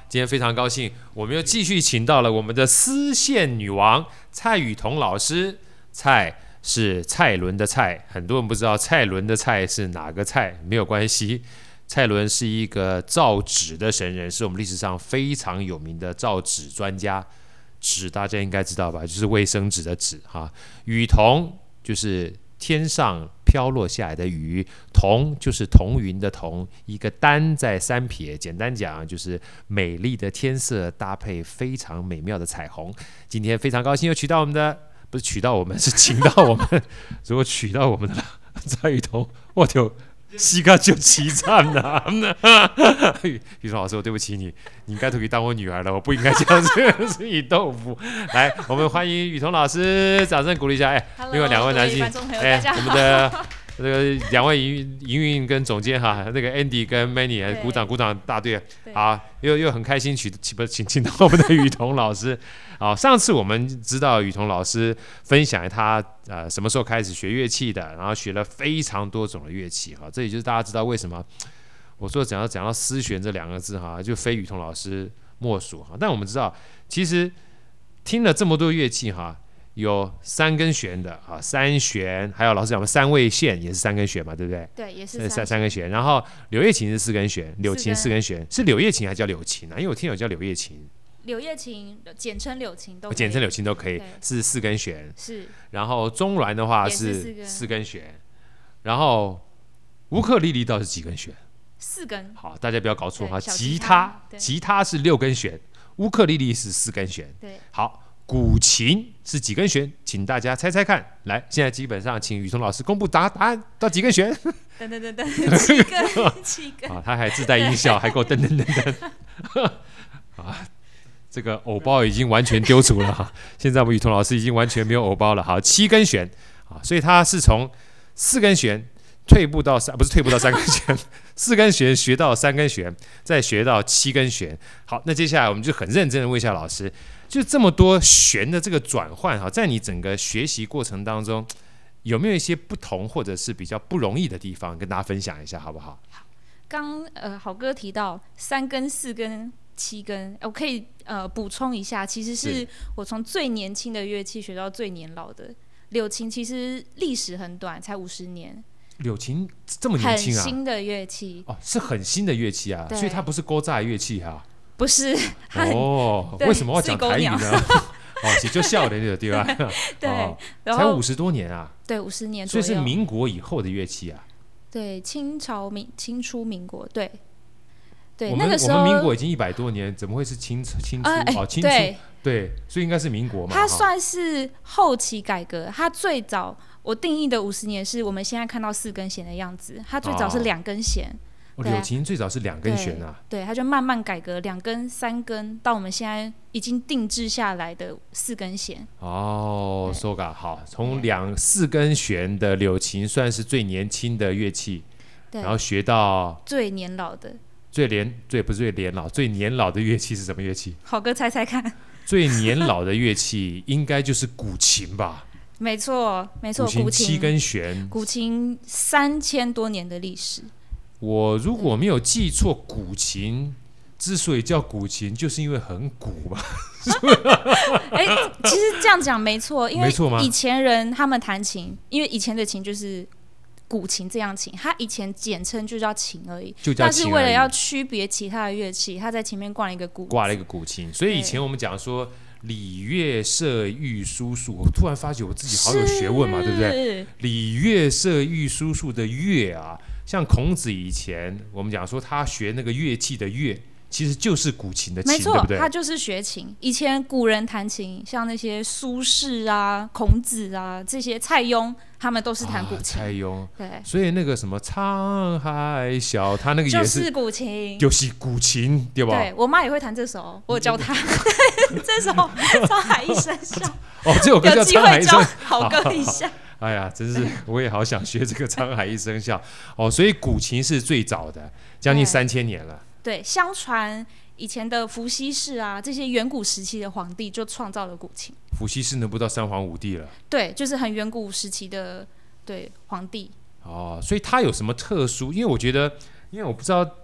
今天非常高兴，我们又继续请到了我们的丝线女王蔡宇彤老师。蔡是蔡伦的蔡，很多人不知道蔡伦的蔡是哪个蔡，没有关系。蔡伦是一个造纸的神人，是我们历史上非常有名的造纸专家。纸大家应该知道吧，就是卫生纸的纸哈。雨桐就是天上飘落下来的雨，彤就是彤云的彤，一个单在三撇，简单讲就是美丽的天色搭配非常美妙的彩虹。今天非常高兴又娶到我们的，不是娶到我们，是请到我们。如果娶到我们的蔡宇彤，我就膝盖就凄惨了。宇彤老师，我对不起你，你应该可以当我女儿了，我不应该这样子是你豆腐。来，我们欢迎宇彤老师，掌声鼓励一下。另外两位男性，我们的这个两位营运跟总监哈，那个 Andy 跟 Manny， 鼓掌鼓掌大队。好，又很开心请到我们的宇彤老师。好，上次我们知道宇彤老师分享他什么时候开始学乐器的，然后学了非常多种的乐器哈，这也就是大家知道为什么我说讲到丝弦这两个字哈，就非宇彤老师莫属哈。但我们知道，其实听了这么多乐器哈，有三根弦的啊，三弦，还有老师讲的三味线也是三根弦嘛，对不对？ 对，也是三根弦。然后柳叶琴是四根弦，柳琴四根弦，是柳叶琴还叫柳琴啊？因为我听有叫柳叶琴。 柳叶琴简称柳琴都可以， 简称柳琴都可以，是四根弦。 是。 然后中阮的话是四根弦，然后乌克丽丽倒是几根弦 ？4根。 好，大家不要搞错哈。吉他是6根弦，乌克丽丽是4根弦。 对。 好，古琴是几根弦？请大家猜猜看。来，现在基本上请宇彤老师公布答案到几根弦？ 等7根。 啊，他还自带音效，还给我噔噔噔噔。啊。这个偶包已经完全丢除了哈，现在我们宇彤老师已经完全没有偶包了。好，7根弦啊，所以他是从4根弦退步到3根弦，4根弦学到3根弦，再学到7根弦。好，那接下来我们就很认真的问一下老师，就这么多弦的这个转换哈，在你整个学习过程当中，有没有一些不同或者是比较不容易的地方，跟大家分享一下好不好？ 好，刚好哥提到3根、4根。7根，我可以补充一下，其实是我从最年轻的乐器学到最年老的。柳琴其实历史很短，才50年。 柳琴这么年轻啊？ 很新的乐器哦，是很新的乐器啊，所以它不是勾炸乐器哈、啊。 不是。 哦，为什么要讲台语呢？哦，也就笑的对吧？ 对， 才50多年啊。 对，50年左右，所以是民国以后的乐器啊。 对，清初民国，对。对， 那个时候我们民国已经100多年，怎么会是清初？清初，对，所以应该是民国嘛。 它算是后期改革，它最早我定义的50年是我们现在看到4根弦的样子，它最早是2根弦。 柳琴最早是2根弦啊。 对，它就慢慢改革2根、3根，到我们现在已经定制下来的4根弦。 哦，soga 好，从4根弦的柳琴算是最年轻的乐器，然后学到最年老的。 最年老的乐器是什么乐器？ 好哥猜猜看。 最年老的乐器应该就是古琴吧？ 没错， 古琴7根弦， 古琴3000多年的历史。 我如果没有记错，古琴之所以叫古琴，就是因为很古吧？ 其实这样讲没错，因为以前人他们弹琴，因为以前的琴就是古琴这样琴，它以前简称就叫琴而已，但是为了要区别其他的乐器，它在前面挂了一个古琴。所以以前我们讲说礼乐射御书数，我突然发觉我自己好有学问嘛，对不对？礼乐射御书数的乐啊，像孔子以前我们讲说他学那个乐器的乐，其实就是古琴的琴， 没错， 对不对？ 他就是学琴。以前古人弹琴，像那些苏轼啊、孔子啊这些蔡邕，他们都是弹古琴。 蔡邕， 对， 所以那个什么沧海小，他那个也是古琴， 就是古琴，对吧？ 对，我妈也会弹这首，我有教她。这首《沧海一声笑》 哦，这首歌叫《沧海一声笑》， 好歌一下。 哎呀，真是我也好想学这个《沧海一声笑》哦。所以古琴是最早的，将近3000年了。 对，相传以前的伏羲氏啊，这些远古时期的皇帝就创造了古琴。 伏羲氏呢，不到3皇5帝了。 对，就是很远古时期的皇帝。 哦，所以他有什么特殊？因为我觉得，因为我不知道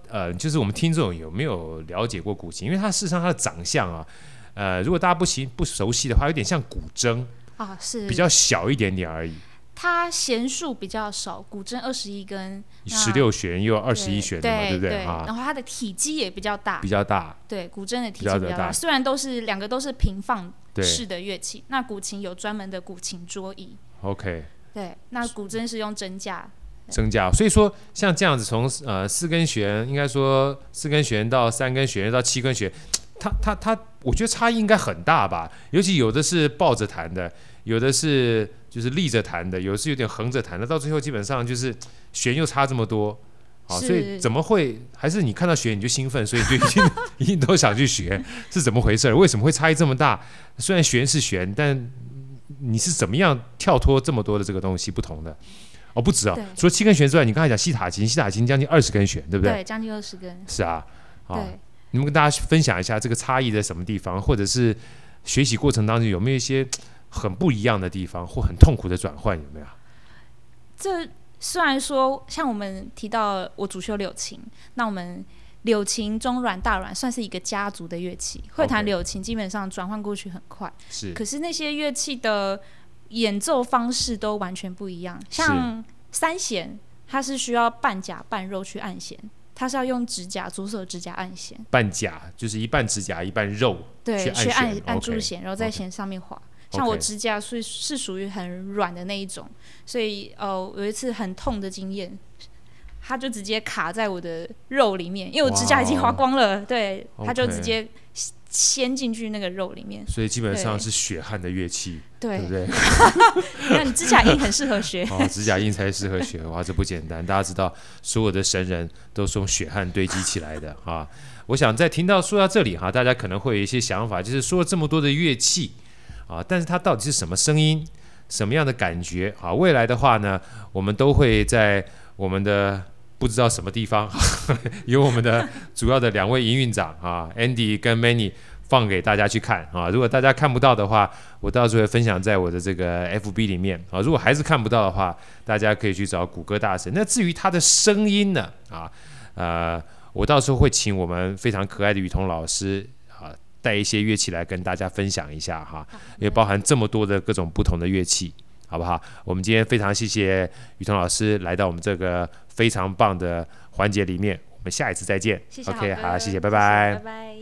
就是我们听众有没有了解过古琴？因为它事实上它的长相啊，如果大家不熟悉的话，有点像古筝啊，是比较小一点点而已。 它弦数比较少，古筝21根 ，16弦又有21弦的嘛，对不对？ 然后它的体积也比较大，对，古筝的体积比较大。虽然两个都是平放式的乐器，那古琴有专门的古琴桌椅。 OK。 对，那古筝是用针架。 所以说像这样子从4根弦，应该说4根弦到3根弦到7根弦，它我觉得差异应该很大吧？尤其有的是抱着弹的，有的是就是立着弹的，有的是有点横着弹的，到最后基本上就是弦又差这么多，好，所以怎么会？还是你看到弦你就兴奋，所以你就一定都想去学，是怎么回事？为什么会差异这么大？虽然弦是弦，但你是怎么样跳脱这么多的这个东西不同的？哦，不止啊！除了7根弦之外，你刚才讲西塔琴将近20根弦，对不对？ 对，将近20根。 是啊， 对。 你们跟大家分享一下这个差异在什么地方，或者是学习过程当中有没有一些很不一样的地方，或很痛苦的转换，有没有？ 这虽然说像我们提到我主修柳琴，那我们柳琴、中阮、大阮算是一个家族的乐器，会弹柳琴基本上转换过去很快。 是。 可是那些乐器的演奏方式都完全不一样，像3弦，它是需要半甲半肉去按弦，它是要用指甲，左手指甲按弦。 半甲就是一半指甲一半肉， 对， 去按住弦，然后在弦上面滑。像我指甲是属于很软的那一种，所以有一次很痛的经验，它就直接卡在我的肉里面，因为我指甲已经划光了，对，它就直接掀进去那个肉里面， 所以基本上是血汗的乐器， 对不对？ 那你指甲印很适合学指甲印才适合学，哇，这不简单。大家知道，所有的神人都是用血汗堆积起来的啊。我想在说到这里哈，大家可能会有一些想法，就是说了这么多的乐器啊，但是它到底是什么声音，什么样的感觉啊？未来的话呢，我们都会在我们的不知道什么地方有我们的主要的2位营运长啊 ，Andy 跟 Manny 放给大家去看啊。如果大家看不到的话，我到时候会分享在我的这个 FB 里面啊。如果还是看不到的话，大家可以去找谷歌大神。那至于他的声音呢我到时候会请我们非常可爱的雨桐老师带一些乐器来跟大家分享一下哈，也包含这么多的各种不同的乐器，好不好？我们今天非常谢谢雨桐老师来到我们这个非常棒的环节里面，我们下一次再见。 谢谢。 OK， 好，谢谢，拜拜。 拜。 拜拜。